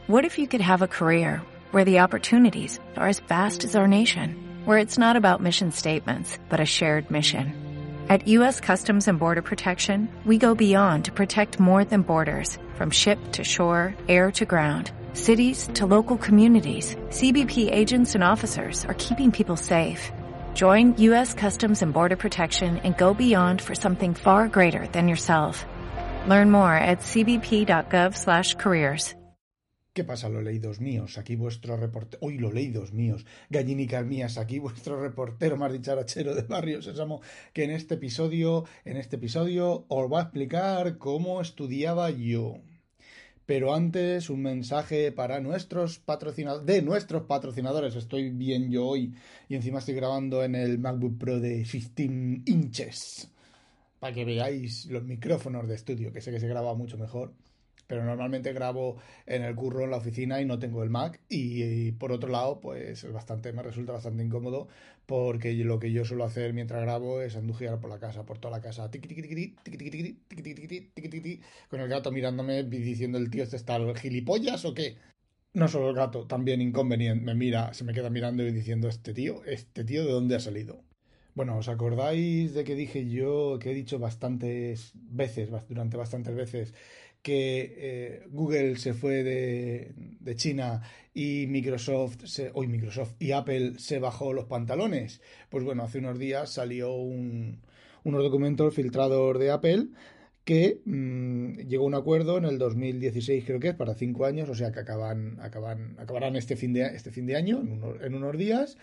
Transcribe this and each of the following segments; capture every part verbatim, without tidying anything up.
What if you could have a career where the opportunities are as vast as our nation, where it's not about mission statements, but a shared mission? At U S Customs and Border Protection, we go beyond to protect more than borders, from ship to shore, air to ground, cities to local communities. C B P agents and officers are keeping people safe. Join U S Customs and Border Protection and go beyond for something far greater than yourself. Learn more at c b p dot gov slash careers. ¿Qué pasa, los leídos míos? Aquí vuestro reportero... ¡Uy, los leídos míos! Gallinicas mías, aquí vuestro reportero más dicharachero de Barrio Sésamo, que en este episodio, en este episodio os va a explicar cómo estudiaba yo. Pero antes, un mensaje para nuestros patrocinadores, de nuestros patrocinadores. Estoy bien yo hoy y encima estoy grabando en el MacBook Pro de quince inches. Para que veáis los micrófonos de estudio, que sé que se graba mucho mejor. Pero normalmente grabo en el curro, en la oficina, y no tengo el Mac. Y, y por otro lado, pues es bastante, me resulta bastante incómodo, porque lo que yo suelo hacer mientras grabo es andujear por la casa, por toda la casa, tiqui, tiqui, tiqui, tiqui, tiqui, tiqui, tiqui, tiqui, tiqui, tiqui, con el gato mirándome y diciendo: el tío este está gilipollas o qué. No solo el gato, también inconveniente, me mira, se me queda mirando y diciendo: este tío, este tío, ¿de dónde ha salido? Bueno, ¿os acordáis de que dije yo, que he dicho bastantes veces, durante bastantes veces, que eh, Google se fue de, de China y Microsoft, se, hoy Microsoft y Apple se bajó los pantalones? Pues bueno, hace unos días salió un, unos documentos filtrados de Apple que mmm, llegó a un acuerdo en el dos mil dieciséis, creo que es, para cinco años, o sea que acaban, acaban, acabarán este fin de, este fin de año, en unos, en unos días.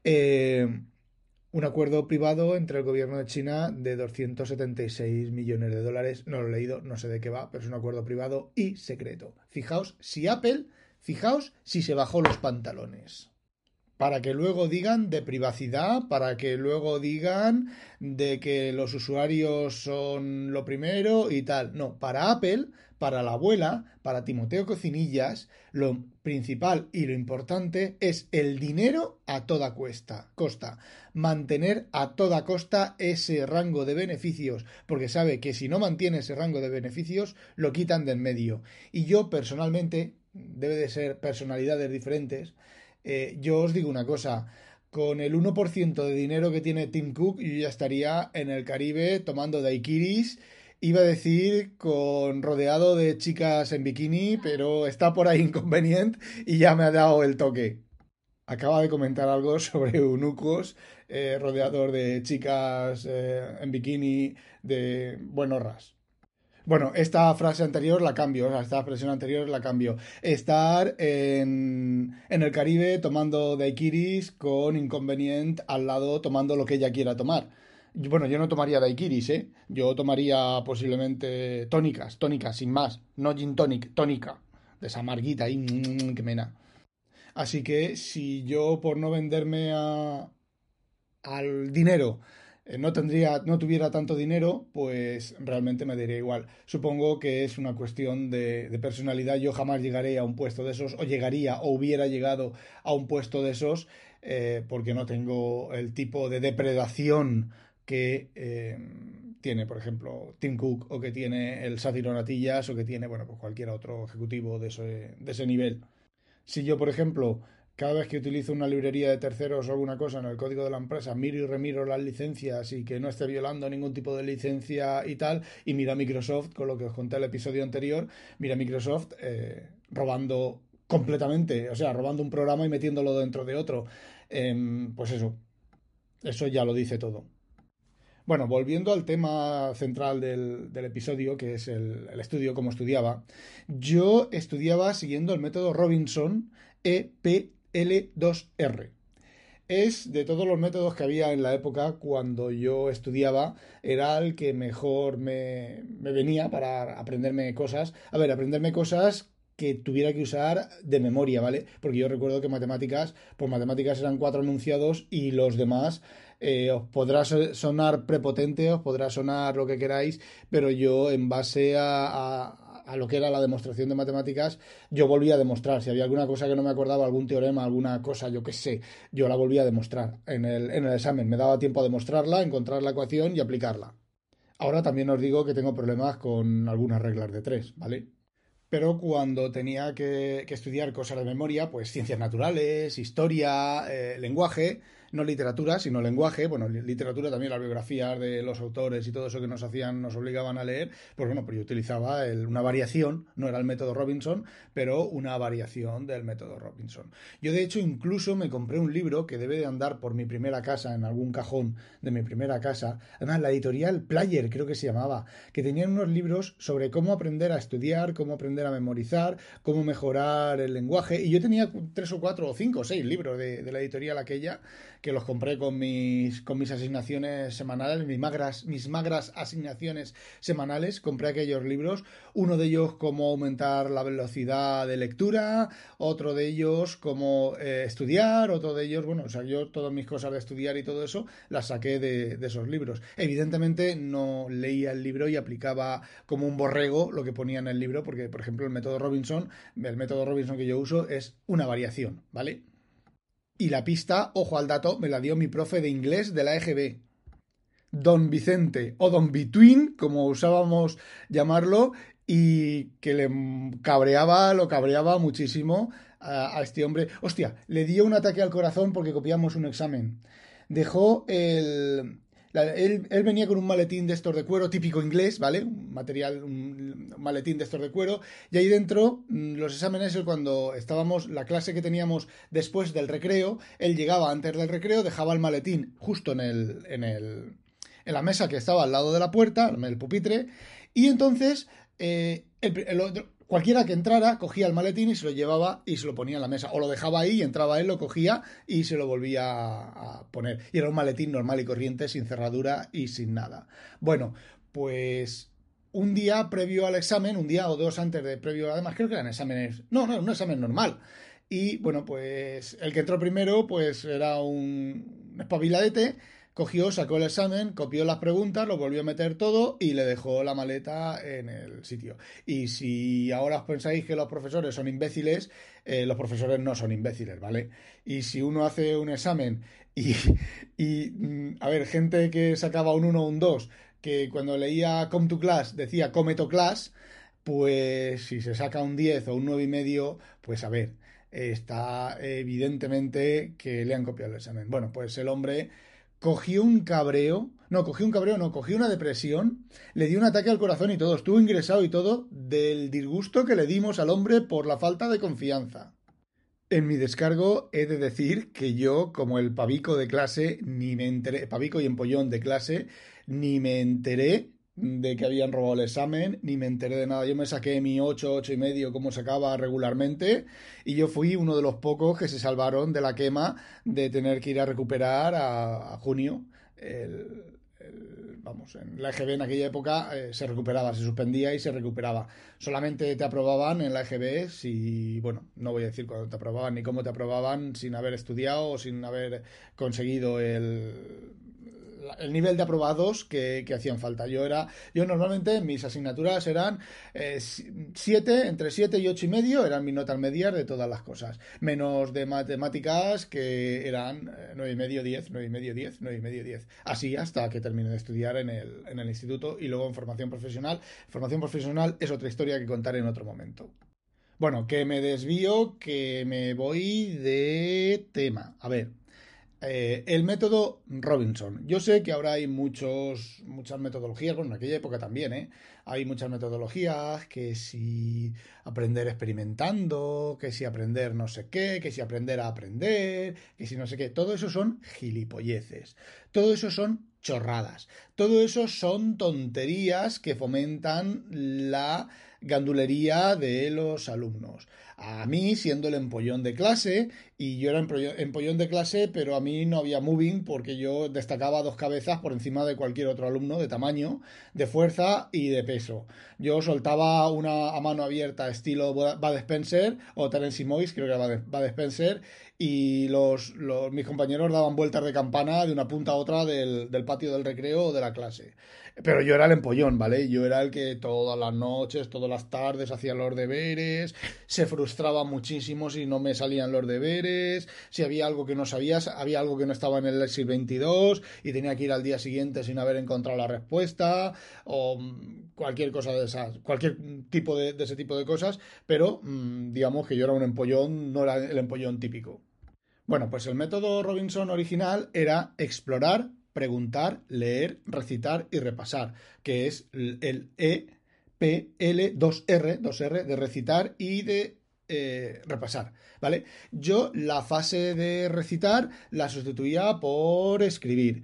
Eh, Un acuerdo privado entre el gobierno de China de doscientos setenta y seis millones de dólares. No lo he leído, no sé de qué va, pero es un acuerdo privado y secreto. Fijaos si Apple, fijaos si se bajó los pantalones. Para que luego digan de privacidad, para que luego digan de que los usuarios son lo primero y tal. No, para Apple, para la abuela, para Timoteo Cocinillas, lo principal y lo importante es el dinero a toda cuesta, costa. Mantener a toda costa ese rango de beneficios, porque sabe que si no mantiene ese rango de beneficios, lo quitan del medio. Y yo personalmente, debe de ser personalidades diferentes, Eh, yo os digo una cosa, con el uno por ciento de dinero que tiene Tim Cook, yo ya estaría en el Caribe tomando daiquiris, iba a decir con rodeado de chicas en bikini, pero está por ahí inconveniente y ya me ha dado el toque. Acaba de comentar algo sobre eunucos, eh, rodeador de chicas eh, en bikini de buenos ras. Bueno, esta frase anterior la cambio, o sea, esta expresión anterior la cambio. Estar en, en el Caribe tomando daiquiris con inconveniente al lado tomando lo que ella quiera tomar. Bueno, yo no tomaría daiquiris, ¿eh? Yo tomaría posiblemente tónicas, tónicas, sin más. No gin tonic, tónica. De esa amarguita ahí, mmm, que mena. Así que si yo, por no venderme a, al dinero, no tendría, no tuviera tanto dinero, pues realmente me daría igual. Supongo que es una cuestión de, de personalidad. Yo jamás llegaré a un puesto de esos, o llegaría, o hubiera llegado a un puesto de esos, eh, porque no tengo el tipo de depredación que eh, tiene, por ejemplo, Tim Cook, o que tiene el Sátiro Natillas, o que tiene, bueno, pues cualquier otro ejecutivo de ese, de ese nivel. Si yo, por ejemplo, cada vez que utilizo una librería de terceros o alguna cosa en el código de la empresa, miro y remiro las licencias y que no esté violando ningún tipo de licencia y tal, y mira Microsoft, con lo que os conté el episodio anterior, mira Microsoft eh, robando completamente, o sea, robando un programa y metiéndolo dentro de otro. Eh, pues eso, eso ya lo dice todo. Bueno, volviendo al tema central del, del episodio, que es el, el estudio, cómo estudiaba, yo estudiaba siguiendo el método Robinson E P L dos R. Es de todos los métodos que había en la época cuando yo estudiaba, era el que mejor me, me venía para aprenderme cosas. A ver, aprenderme cosas que tuviera que usar de memoria, ¿vale? Porque yo recuerdo que matemáticas, pues matemáticas eran cuatro enunciados y los demás eh, os podrá sonar prepotente, os podrá sonar lo que queráis, pero yo en base a, a, a lo que era la demostración de matemáticas, yo volvía a demostrar. Si había alguna cosa que no me acordaba, algún teorema, alguna cosa, yo qué sé, yo la volvía a demostrar en el, en el examen. Me daba tiempo a demostrarla, encontrar la ecuación y aplicarla. Ahora también os digo que tengo problemas con algunas reglas de tres, ¿vale? pero cuando tenía que, que estudiar cosas de memoria, pues ciencias naturales, historia, eh, lenguaje, no literatura, sino lenguaje, bueno, literatura también, las biografías de los autores y todo eso que nos hacían, nos obligaban a leer, pues bueno, pues yo utilizaba el, una variación, no era el método Robinson, pero una variación del método Robinson. Yo de hecho incluso me compré un libro que debe de andar por mi primera casa, en algún cajón de mi primera casa, además la editorial Player creo que se llamaba, que tenían unos libros sobre cómo aprender a estudiar, cómo aprender a memorizar, cómo mejorar el lenguaje, y yo tenía tres o cuatro o cinco o seis libros de, de la editorial aquella, que los compré con mis, con mis asignaciones semanales, mis magras, mis magras asignaciones semanales, compré aquellos libros, uno de ellos cómo aumentar la velocidad de lectura, otro de ellos cómo eh, estudiar, otro de ellos, bueno, o sea, yo todas mis cosas de estudiar y todo eso las saqué de, de esos libros. Evidentemente no leía el libro y aplicaba como un borrego lo que ponía en el libro, porque, por ejemplo, el método Robinson, el método Robinson que yo uso es una variación, ¿vale? Y la pista, ojo al dato, me la dio mi profe de inglés de la E G B, Don Vicente, o Don Between, como usábamos llamarlo, y que le cabreaba, lo cabreaba muchísimo a, a este hombre. Hostia, le dio un ataque al corazón porque copiamos un examen. Dejó el... La, él, él, venía con un maletín de estos de cuero típico inglés, ¿vale? Un material, un maletín de estos de cuero. Y ahí dentro, los exámenes, cuando estábamos, la clase que teníamos después del recreo, él llegaba antes del recreo, dejaba el maletín justo en el, en el, en la mesa que estaba al lado de la puerta, en el pupitre, y entonces eh, el, el otro, cualquiera que entrara cogía el maletín y se lo llevaba y se lo ponía en la mesa, o lo dejaba ahí y entraba él, lo cogía y se lo volvía a, a poner, y era un maletín normal y corriente, sin cerradura y sin nada. Bueno, pues un día previo al examen, un día o dos antes de previo, además creo que eran exámenes, no, no, un examen normal. Y bueno, pues el que entró primero, pues era un espabiladete, cogió, sacó el examen, copió las preguntas, lo volvió a meter todo y le dejó la maleta en el sitio. Y si ahora os pensáis que los profesores son imbéciles, eh, los profesores no son imbéciles, ¿vale? Y si uno hace un examen y, y a ver, gente que sacaba un uno o un dos, que cuando leía Come to Class decía Come to Class, pues si se saca un diez o un nueve y medio, pues a ver, está evidentemente que le han copiado el examen. Bueno, pues el hombre cogió un cabreo, no, cogió un cabreo, no, cogió una depresión, le dio un ataque al corazón y todo, estuvo ingresado y todo del disgusto que le dimos al hombre por la falta de confianza. En mi descargo he de decir que yo, como el pavico de clase, ni me enteré, pavico y empollón de clase, ni me enteré de que habían robado el examen, ni me enteré de nada. Yo me saqué mi ocho, ocho y medio como sacaba regularmente, y yo fui uno de los pocos que se salvaron de la quema de tener que ir a recuperar a, a junio el, el, vamos, en la E G B en aquella época eh, se recuperaba, se suspendía y se recuperaba. Solamente te aprobaban en la E G B si, bueno, no voy a decir cuándo te aprobaban ni cómo te aprobaban, sin haber estudiado o sin haber conseguido el el nivel de aprobados que, que hacían falta. Yo era, yo normalmente mis asignaturas eran eh, siete, entre siete y ocho y medio eran mis notas medias de todas las cosas, menos de matemáticas que eran nueve y medio, diez, nueve y medio, diez, nueve y medio, diez. Así hasta que terminé de estudiar en el, en el instituto y luego en formación profesional. Formación profesional es otra historia que contaré en otro momento. Bueno, que me desvío, que me voy de tema. A ver, eh, el método Robinson. Yo sé que ahora hay muchos, muchas metodologías, bueno, en aquella época también, ¿eh? Hay muchas metodologías, que si aprender experimentando, que si aprender no sé qué, que si aprender a aprender, que si no sé qué. Todo eso son gilipolleces. Todo eso son chorradas. Todo eso son tonterías que fomentan la gandulería de los alumnos. A mí, siendo el empollón de clase, y yo era empollón de clase, pero a mí no había moving porque yo destacaba dos cabezas por encima de cualquier otro alumno de tamaño, de fuerza y de peso. Yo soltaba una a mano abierta estilo Bud Spencer o Terence Moyes, creo que era Bud Spencer, y los, los, mis compañeros daban vueltas de campana de una punta a otra del, del patio del recreo o de la clase. Pero yo era el empollón, ¿vale? Yo era el que todas las noches, todos todas las tardes, hacía los deberes, se frustraba muchísimo si no me salían los deberes, si había algo que no sabías, había algo que no estaba en el Lexis veintidós y tenía que ir al día siguiente sin haber encontrado la respuesta, o cualquier cosa de esas, cualquier tipo de, de ese tipo de cosas, pero mmm, digamos que yo era un empollón, no era el empollón típico. Bueno, pues el método Robinson original era explorar, preguntar, leer, recitar y repasar, que es el E P L dos R, dos R de recitar y de eh, repasar, ¿vale? Yo la fase de recitar la sustituía por escribir.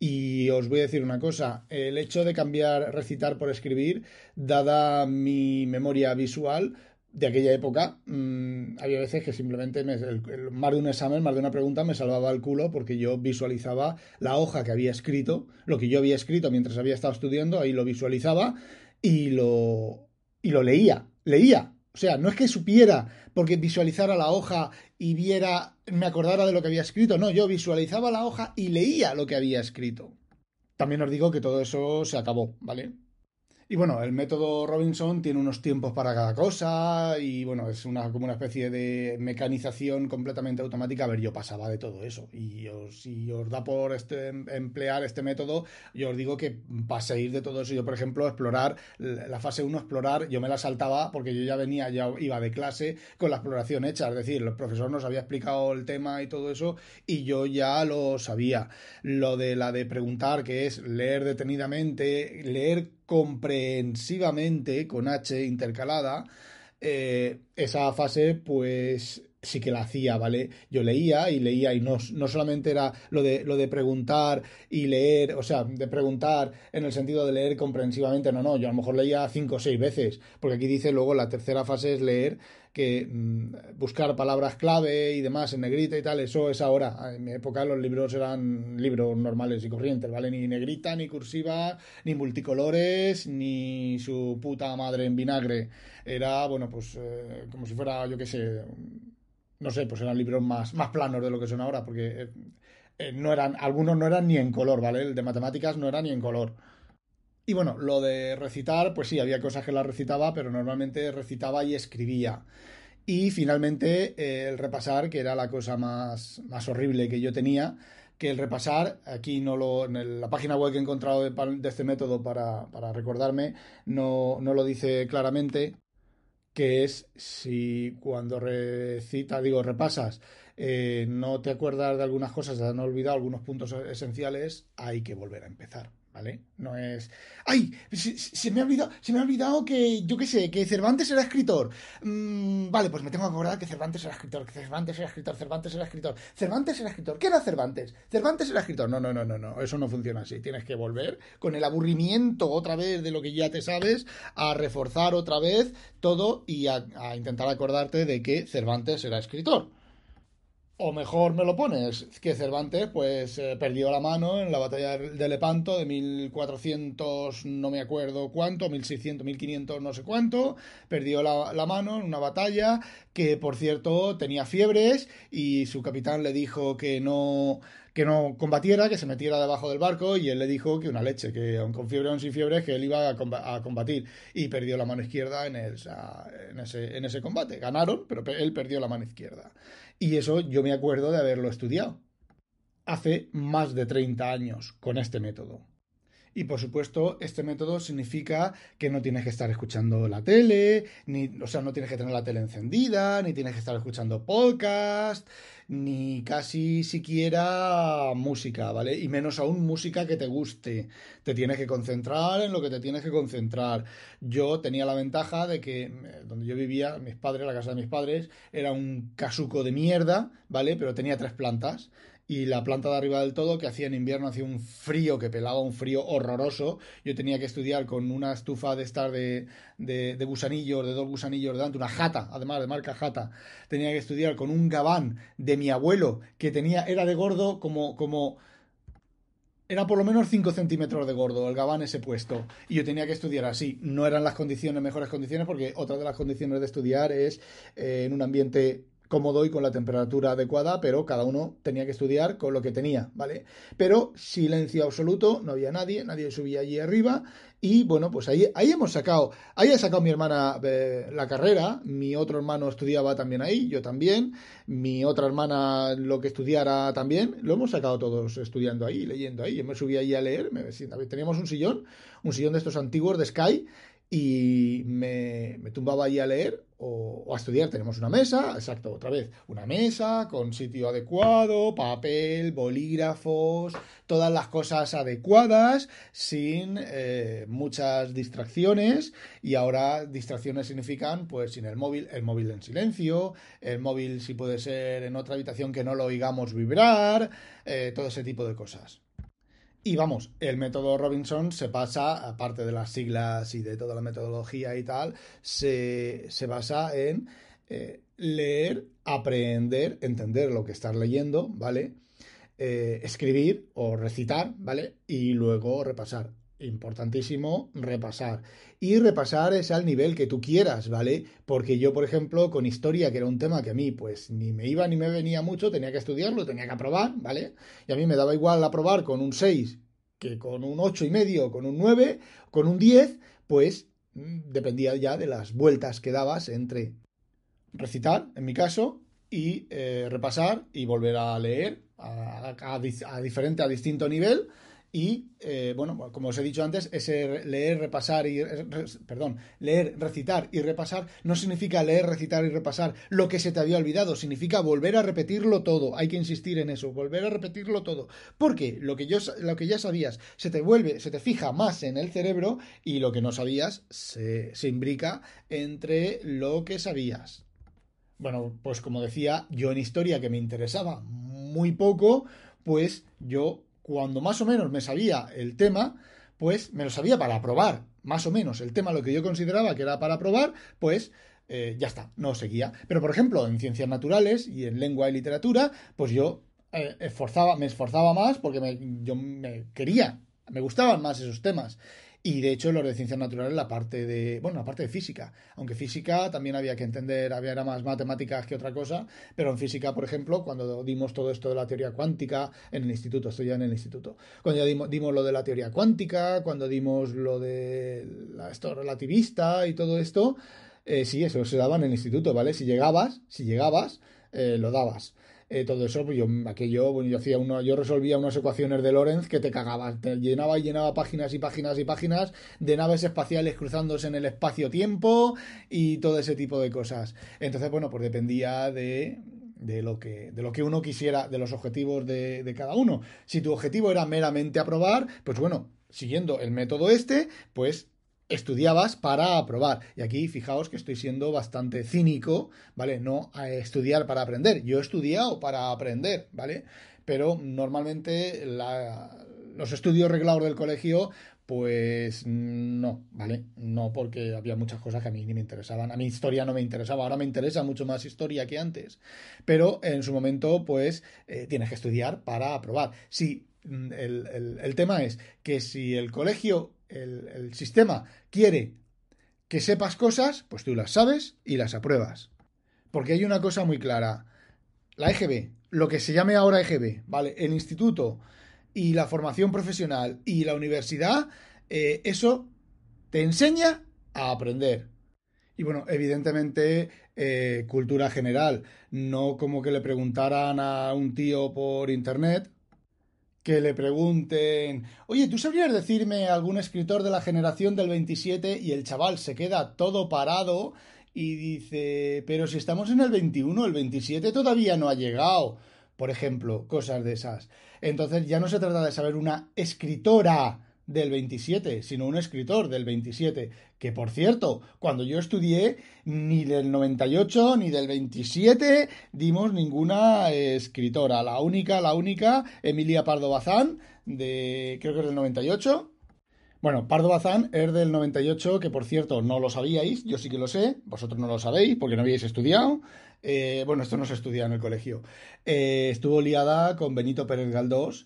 Y os voy a decir una cosa, el hecho de cambiar recitar por escribir, dada mi memoria visual, de aquella época, mmm, había veces que simplemente me, el, el, más de un examen, más de una pregunta me salvaba el culo porque yo visualizaba la hoja que había escrito, lo que yo había escrito mientras había estado estudiando, ahí lo visualizaba y lo, y lo leía, leía. O sea, no es que supiera porque visualizara la hoja y viera, me acordara de lo que había escrito, no, yo visualizaba la hoja y leía lo que había escrito. También os digo que todo eso se acabó, ¿vale? Y bueno, el método Robinson tiene unos tiempos para cada cosa y bueno, es una, como una especie de mecanización completamente automática. A ver, yo pasaba de todo eso y os, si os da por este, emplear este método, yo os digo que paséis de todo eso. Yo, por ejemplo, explorar, la fase uno, explorar, yo me la saltaba porque yo ya venía, ya iba de clase con la exploración hecha. Es decir, el profesor nos había explicado el tema y todo eso y yo ya lo sabía. Lo de la de preguntar, que es leer detenidamente, leer comprensivamente, con H intercalada, eh, esa fase pues sí que la hacía, ¿vale? Yo leía y leía y no, no solamente era lo de, lo de preguntar y leer, o sea, de preguntar en el sentido de leer comprensivamente, no, no, yo a lo mejor leía cinco o seis veces, porque aquí dice luego la tercera fase es leer, que mmm, buscar palabras clave y demás en negrita y tal, eso es ahora. En mi época los libros eran libros normales y corrientes, ¿vale? Ni negrita, ni cursiva, ni multicolores, ni su puta madre en vinagre. Era, bueno, pues eh, como si fuera, yo qué sé, no sé, pues eran libros más, más planos de lo que son ahora, porque eh, no eran, algunos no eran ni en color, ¿vale? El de matemáticas no era ni en color. Y bueno, lo de recitar, pues sí, había cosas que las recitaba, pero normalmente recitaba y escribía. Y finalmente eh, el repasar, que era la cosa más, más horrible que yo tenía, que el repasar, aquí no lo, en el, la página web que he encontrado de, de este método para, para recordarme, no, no lo dice claramente, que es si cuando recita, digo, repasas, eh, no te acuerdas de algunas cosas, te han olvidado algunos puntos esenciales, hay que volver a empezar, ¿vale? No es... ¡Ay! Se, se me ha olvidado, se me ha olvidado que, yo qué sé, que Cervantes era escritor. Mm, vale, pues me tengo que acordar que Cervantes era escritor, que Cervantes era escritor, Cervantes era escritor, Cervantes era escritor. ¿Qué era Cervantes? Cervantes era escritor. No, no, no, no, no, eso no funciona así. Tienes que volver con el aburrimiento otra vez de lo que ya te sabes, a reforzar otra vez todo y a, a intentar acordarte de que Cervantes era escritor. O mejor me lo pones, que Cervantes pues eh, perdió la mano en la batalla de Lepanto de mil cuatrocientos no me acuerdo cuánto, mil seiscientos, mil quinientos no sé cuánto, perdió la, la mano en una batalla que por cierto tenía fiebres y su capitán le dijo que no, que no combatiera, que se metiera debajo del barco y él le dijo que una leche, que aun con fiebre o sin fiebre, que él iba a, a combatir y perdió la mano izquierda en, el, en, ese, en ese combate. Ganaron, pero él perdió la mano izquierda. Y eso yo me acuerdo de haberlo estudiado hace más de treinta años con este método. Y por supuesto, este método significa que no tienes que estar escuchando la tele, ni, o sea, no tienes que tener la tele encendida, ni tienes que estar escuchando podcast, ni casi siquiera música, ¿vale? Y menos aún música que te guste. Te tienes que concentrar en lo que te tienes que concentrar. Yo tenía la ventaja de que donde yo vivía, mis padres, la casa de mis padres, era un casuco de mierda, ¿vale? Pero tenía tres plantas. Y la planta de arriba del todo, que hacía en invierno, hacía un frío que pelaba, un frío horroroso. Yo tenía que estudiar con una estufa de estar de, de, de gusanillos, de dos gusanillos delante, una jata, además de marca jata. Tenía que estudiar con un gabán de mi abuelo, que tenía, era de gordo como... como era por lo menos cinco centímetros de gordo el gabán ese puesto. Y yo tenía que estudiar así. No eran las condiciones, mejores condiciones, porque otra de las condiciones de estudiar es eh, en un ambiente cómodo y con la temperatura adecuada, pero cada uno tenía que estudiar con lo que tenía, ¿vale? Pero silencio absoluto, no había nadie, nadie subía allí arriba y bueno, pues ahí, ahí hemos sacado, ahí ha sacado mi hermana eh, la carrera, mi otro hermano estudiaba también ahí, yo también, mi otra hermana lo que estudiara también, lo hemos sacado todos estudiando ahí, leyendo ahí, yo me subí ahí a leer, me, teníamos un sillón, un sillón de estos antiguos de Sky, y me, me tumbaba ahí a leer o, o a estudiar. Tenemos una mesa, exacto, otra vez, una mesa con sitio adecuado, papel, bolígrafos, todas las cosas adecuadas, sin eh, muchas distracciones. Y ahora distracciones significan, pues, sin el móvil, el móvil en silencio, el móvil si puede ser en otra habitación que no lo oigamos vibrar, eh, todo ese tipo de cosas. Y vamos, el método Robinson se pasa, aparte de las siglas y de toda la metodología y tal, se, se basa en eh, leer, aprender, entender lo que estás leyendo, ¿vale? Eh, escribir o recitar, ¿vale? Y luego repasar. Importantísimo repasar. Y repasar es al nivel que tú quieras, ¿vale? Porque yo, por ejemplo, con historia, que era un tema que a mí, pues, ni me iba ni me venía mucho, tenía que estudiarlo, tenía que aprobar, ¿vale? Y a mí me daba igual aprobar con un seis que con un ocho y medio, con un nueve, con un diez, pues dependía ya de las vueltas que dabas entre recitar, en mi caso, y eh, repasar y volver a leer a, a, a diferente, a distinto nivel. Y, eh, bueno, como os he dicho antes, ese leer, repasar y... Perdón, leer, recitar y repasar no significa leer, recitar y repasar lo que se te había olvidado, significa volver a repetirlo todo. Hay que insistir en eso, volver a repetirlo todo. Porque lo que, yo, lo que ya sabías se te vuelve, se te fija más en el cerebro y lo que no sabías se, se imbrica entre lo que sabías. Bueno, pues como decía, yo en historia que me interesaba muy poco, pues yo... Cuando más o menos me sabía el tema, pues me lo sabía para aprobar, más o menos el tema, lo que yo consideraba que era para aprobar, pues eh, ya está, no seguía. Pero por ejemplo, en ciencias naturales y en lengua y literatura, pues yo eh, esforzaba, me esforzaba más porque me, yo me quería, me gustaban más esos temas. Y de hecho, los de ciencias naturales, la parte de, bueno, la parte de física, aunque física también había que entender, había era más matemáticas que otra cosa, pero en física, por ejemplo, cuando dimos todo esto de la teoría cuántica en el instituto, estoy ya en el instituto, cuando ya dimos, dimos lo de la teoría cuántica, cuando dimos lo de la, esto relativista y todo esto, eh, sí, eso se daba en el instituto, ¿vale? Si llegabas, si llegabas, eh, lo dabas. Eh, todo eso, pues yo, aquello, bueno, yo hacía uno, yo resolvía unas ecuaciones de Lorentz que te cagabas, te llenaba y llenaba páginas y páginas y páginas de naves espaciales cruzándose en el espacio-tiempo y todo ese tipo de cosas. Entonces, bueno, pues dependía de, de lo que, de lo que uno quisiera, de los objetivos de, de cada uno. Si tu objetivo era meramente aprobar, pues bueno, siguiendo el método este, pues estudiabas para aprobar. Y aquí fijaos que estoy siendo bastante cínico, ¿vale? No a estudiar para aprender. Yo he estudiado para aprender, ¿vale? Pero normalmente la, los estudios reglados del colegio, pues no, ¿vale? No, porque había muchas cosas que a mí ni me interesaban. A mí historia no me interesaba. Ahora me interesa mucho más historia que antes. Pero en su momento, pues, eh, tienes que estudiar para aprobar. Sí, el, el, el tema es que si el colegio El, el sistema quiere que sepas cosas, pues tú las sabes y las apruebas. Porque hay una cosa muy clara. La E G B, lo que se llame ahora E G B, ¿vale? El instituto y la formación profesional y la universidad, eh, eso te enseña a aprender. Y bueno, evidentemente, eh, cultura general. No como que le preguntaran a un tío por internet, que le pregunten, oye, ¿tú sabrías decirme algún escritor de la generación del veintisiete? Y el chaval se queda todo parado y dice, pero si estamos en el veintiuno, el veintisiete todavía no ha llegado. Por ejemplo, cosas de esas. Entonces ya no se trata de saber una escritora del veintisiete, sino un escritor del veintisiete, que por cierto, cuando yo estudié, ni del noventa y ocho ni del veintisiete dimos ninguna escritora. La única, la única, Emilia Pardo Bazán, de, creo que es del noventa y ocho. Bueno, Pardo Bazán es del noventa y ocho, que por cierto no lo sabíais, yo sí que lo sé, vosotros no lo sabéis porque no habíais estudiado. Eh, bueno, esto no se estudia en el colegio. Eh, estuvo liada con Benito Pérez Galdós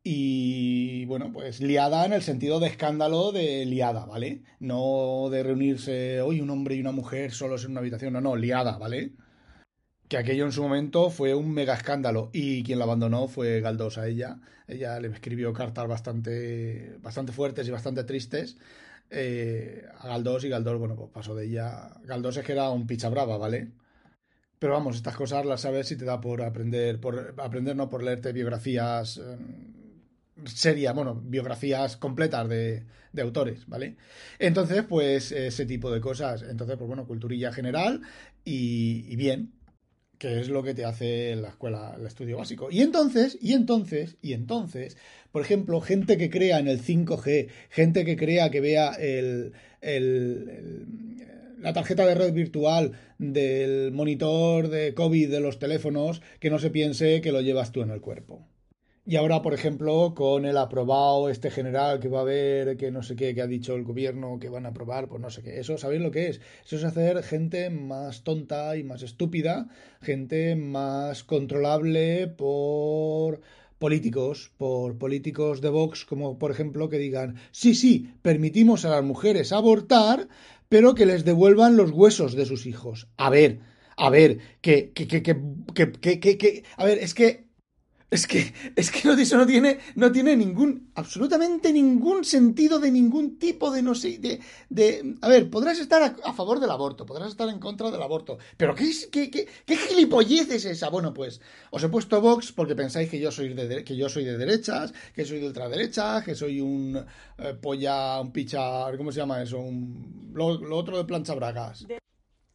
y, bueno, pues liada en el sentido de escándalo de liada, ¿vale? No de reunirse hoy un hombre y una mujer solos en una habitación, no, no, liada, ¿vale? que aquello en su momento fue un mega escándalo y quien la abandonó fue Galdós a ella. Ella le escribió cartas bastante, bastante fuertes y bastante tristes eh, a Galdós y Galdós, bueno, pues pasó de ella. Galdós es que era un picha brava, ¿vale? Pero vamos, estas cosas las sabes si te da por aprender, por aprender, no por leerte biografías eh, serias, bueno, biografías completas de, de autores, ¿vale? Entonces, pues ese tipo de cosas. Entonces, pues bueno, culturilla general y, y bien, que es lo que te hace la escuela, el estudio básico. Y entonces, y entonces, y entonces, por ejemplo, gente que crea en el cinco G, gente que crea que vea el, el, el la tarjeta de red virtual del monitor de COVID de los teléfonos, que no se piense que lo llevas tú en el cuerpo. Y ahora, por ejemplo, con el aprobado este general que va a haber, que no sé qué, que ha dicho el gobierno que van a aprobar, pues no sé qué. Eso, ¿sabéis lo que es? Eso es hacer gente más tonta y más estúpida, gente más controlable por políticos, por políticos de Vox, como por ejemplo que digan, sí, sí, permitimos a las mujeres abortar, pero que les devuelvan los huesos de sus hijos. A ver, a ver, que, que, que, que, que, que, que, que a ver, es que es que, es que no, eso no tiene, no tiene ningún, absolutamente ningún sentido de ningún tipo de, no sé, de, de a ver, podrás estar a, a favor del aborto, podrás estar en contra del aborto, pero ¿qué, es, qué, qué, qué gilipollez es esa? Bueno, pues, os he puesto Vox porque pensáis que yo soy de, que yo soy de derechas, que soy de ultraderecha, que soy un eh, polla, un picha, ¿cómo se llama eso? Un, lo, lo otro de plancha bragas. De,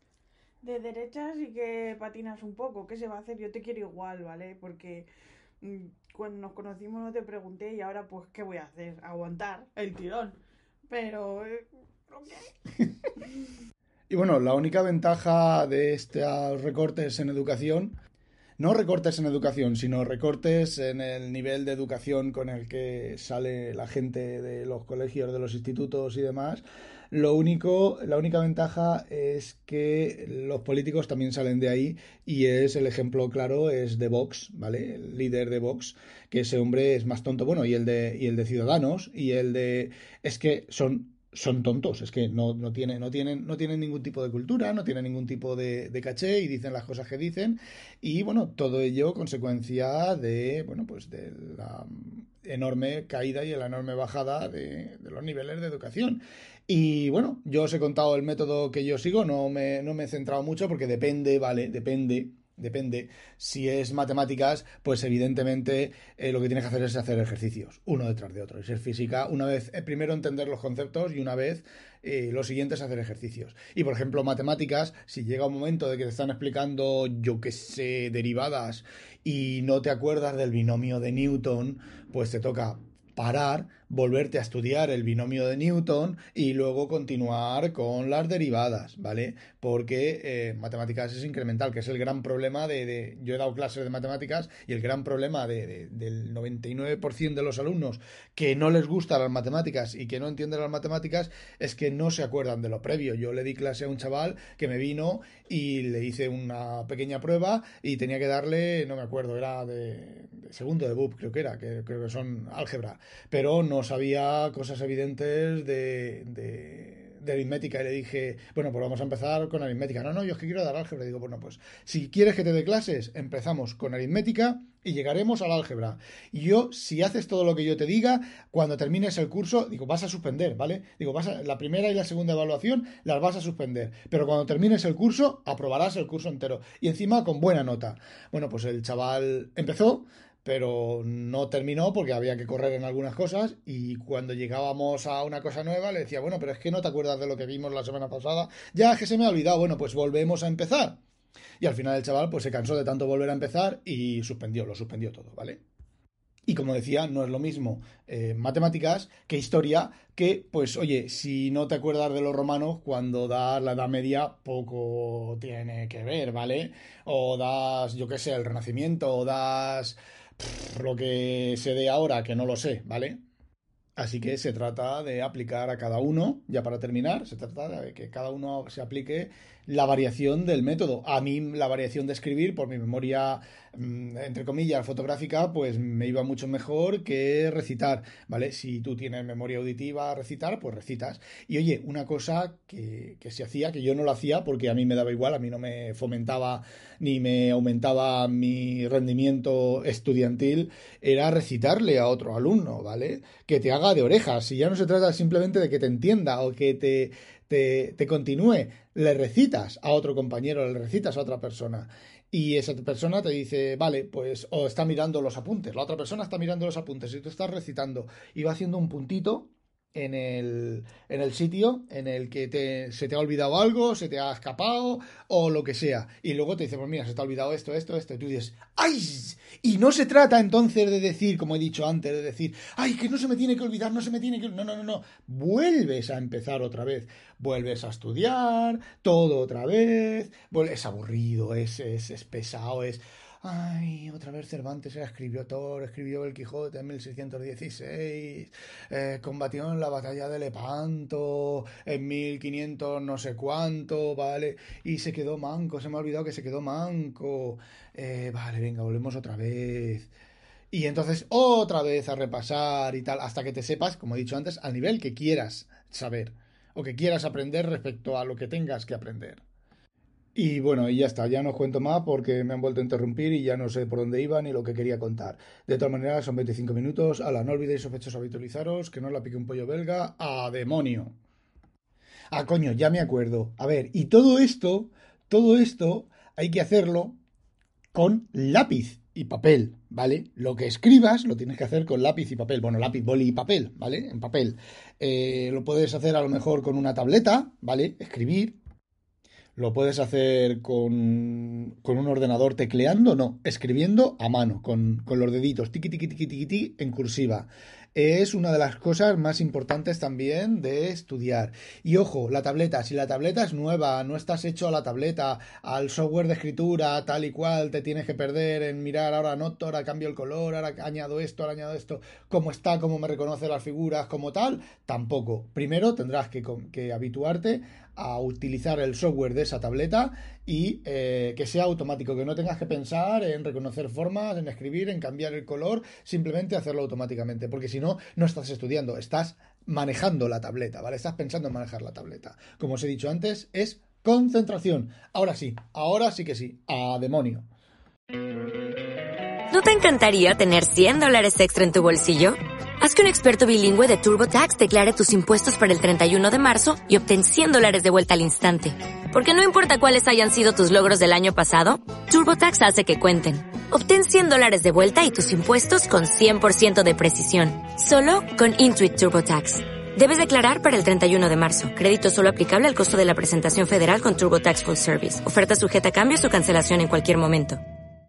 de derechas y que patinas un poco. ¿Qué se va a hacer? Yo te quiero igual, ¿vale? Porque mm, cuando nos conocimos no te pregunté y ahora pues ¿qué voy a hacer? Aguantar el tirón. Pero... Eh, ¿qué? Y bueno, la única ventaja de estos recortes en educación, no recortes en educación, sino recortes en el nivel de educación con el que sale la gente de los colegios, de los institutos y demás. Lo único, la única ventaja es que los políticos también salen de ahí y es el ejemplo claro es de Vox, ¿vale? El líder de Vox, que ese hombre es más tonto, bueno, y el de y el de Ciudadanos y el de es que son son tontos, es que no, no, tienen, no, tienen, no tienen ningún tipo de cultura, no tienen ningún tipo de, de caché y dicen las cosas que dicen y bueno, todo ello consecuencia de, bueno, pues de la enorme caída y la enorme bajada de, de los niveles de educación. Y bueno, yo os he contado el método que yo sigo, no me, no me he centrado mucho porque depende, vale, depende, depende. Si es matemáticas, pues evidentemente eh, lo que tienes que hacer es hacer ejercicios, uno detrás de otro. Y si es física, una vez, eh, primero entender los conceptos y una vez eh, lo siguiente es hacer ejercicios. Y por ejemplo, matemáticas, si llega un momento de que te están explicando, yo qué sé, derivadas y no te acuerdas del binomio de Newton, pues te toca parar, volverte a estudiar el binomio de Newton y luego continuar con las derivadas, ¿vale? Porque eh, matemáticas es incremental, que es el gran problema de, de... Yo he dado clases de matemáticas y el gran problema de, de, del noventa y nueve por ciento de los alumnos que no les gustan las matemáticas y que no entienden las matemáticas es que no se acuerdan de lo previo. Yo le di clase a un chaval que me vino y le hice una pequeña prueba y tenía que darle, no me acuerdo, era de, de segundo de B U P, creo que era, que creo que son álgebra, pero no sabía cosas evidentes de, de, de aritmética y le dije, bueno, pues vamos a empezar con aritmética. No, no, yo es que quiero dar álgebra. Y digo, bueno, pues si quieres que te dé clases, empezamos con aritmética y llegaremos al álgebra. Y yo, si haces todo lo que yo te diga, cuando termines el curso, digo, vas a suspender, ¿vale? Digo, vas a, la primera y la segunda evaluación las vas a suspender, pero cuando termines el curso, aprobarás el curso entero. Y encima con buena nota. Bueno, pues el chaval empezó, pero no terminó porque había que correr en algunas cosas y cuando llegábamos a una cosa nueva le decía, bueno, pero es que no te acuerdas de lo que vimos la semana pasada, ya es que se me ha olvidado, bueno, pues volvemos a empezar. Y al final el chaval pues se cansó de tanto volver a empezar y suspendió, lo suspendió todo, ¿vale? Y como decía, no es lo mismo eh, matemáticas que historia, que pues oye, si no te acuerdas de los romanos, cuando das la Edad Media poco tiene que ver, ¿vale? O das, yo qué sé, el Renacimiento, o das pff, lo que se dé ahora, que no lo sé, ¿vale? Así que se trata de aplicar a cada uno, ya para terminar, se trata de que cada uno se aplique la variación del método. A mí la variación de escribir, por mi memoria, entre comillas, fotográfica, pues me iba mucho mejor que recitar, ¿vale? Si tú tienes memoria auditiva a recitar, pues recitas. Y oye, una cosa que, que se hacía, que yo no lo hacía porque a mí me daba igual, a mí no me fomentaba ni me aumentaba mi rendimiento estudiantil, era recitarle a otro alumno, ¿vale? Que te haga de orejas. Si ya no se trata simplemente de que te entienda o que te, te, te continúe, le recitas a otro compañero, le recitas a otra persona. Y esa persona te dice, vale, pues, o está mirando los apuntes, la otra persona está mirando los apuntes y tú estás recitando y va haciendo un puntito en el, en el sitio en el que te, se te ha olvidado algo, se te ha escapado o lo que sea. Y luego te dice, pues mira, se te ha olvidado esto, esto, esto. Y tú dices, ¡ay! Y no se trata entonces de decir, como he dicho antes, de decir, ¡ay, que no se me tiene que olvidar, no se me tiene que... No, no, no, no. Vuelves a empezar otra vez. Vuelves a estudiar, todo otra vez. Es aburrido, es, es, es pesado, es... Ay, otra vez Cervantes era escribió Thor, escribió El Quijote en mil seiscientos dieciséis, eh, combatió en la batalla de Lepanto en mil quinientos no sé cuánto, ¿vale? Y se quedó manco, se me ha olvidado que se quedó manco. Eh, vale, venga, volvemos otra vez. Y entonces otra vez a repasar y tal, hasta que te sepas, como he dicho antes, al nivel que quieras saber o que quieras aprender respecto a lo que tengas que aprender. Y bueno, y ya está, ya no os cuento más porque me han vuelto a interrumpir y ya no sé por dónde iba ni lo que quería contar. De todas maneras, son veinticinco minutos. Ala, no olvidéis, sospechosos, habitualizaros, que no la pique un pollo belga. ¡A demonio! Ah, coño, ya me acuerdo. A ver, y todo esto, todo esto hay que hacerlo con lápiz y papel, ¿vale? Lo que escribas lo tienes que hacer con lápiz y papel. Bueno, lápiz, boli y papel, ¿vale? En papel. Eh, lo puedes hacer a lo mejor con una tableta, ¿vale? Escribir. Lo puedes hacer con, con un ordenador tecleando, no, escribiendo a mano, con, con los deditos, tiqui, tiqui, tiqui, tiqui, tiqui, en cursiva. Es una de las cosas más importantes también de estudiar. Y ojo, la tableta, si la tableta es nueva, no estás hecho a la tableta, al software de escritura, tal y cual, te tienes que perder en mirar, ahora anoto, ahora cambio el color, ahora añado esto, ahora añado esto, cómo está, cómo me reconoce las figuras, como tal, tampoco. Primero tendrás que, que habituarte a utilizar el software de esa tableta y eh, que sea automático, que no tengas que pensar en reconocer formas, en escribir, en cambiar el color, simplemente hacerlo automáticamente, porque si no, no estás estudiando, estás manejando la tableta, ¿vale? Estás pensando en manejar la tableta. Como os he dicho antes, es concentración. Ahora sí, ahora sí que sí, a demonio. ¿No te encantaría tener cien dólares extra en tu bolsillo? Haz que un experto bilingüe de TurboTax declare tus impuestos para el treinta y uno de marzo y obtén cien dólares de vuelta al instante. Porque no importa cuáles hayan sido tus logros del año pasado, TurboTax hace que cuenten. Obtén cien dólares de vuelta y tus impuestos con cien por ciento de precisión. Solo con Intuit TurboTax. Debes declarar para el treinta y uno de marzo. Crédito solo aplicable al costo de la presentación federal con TurboTax Full Service. Oferta sujeta a cambios o cancelación en cualquier momento.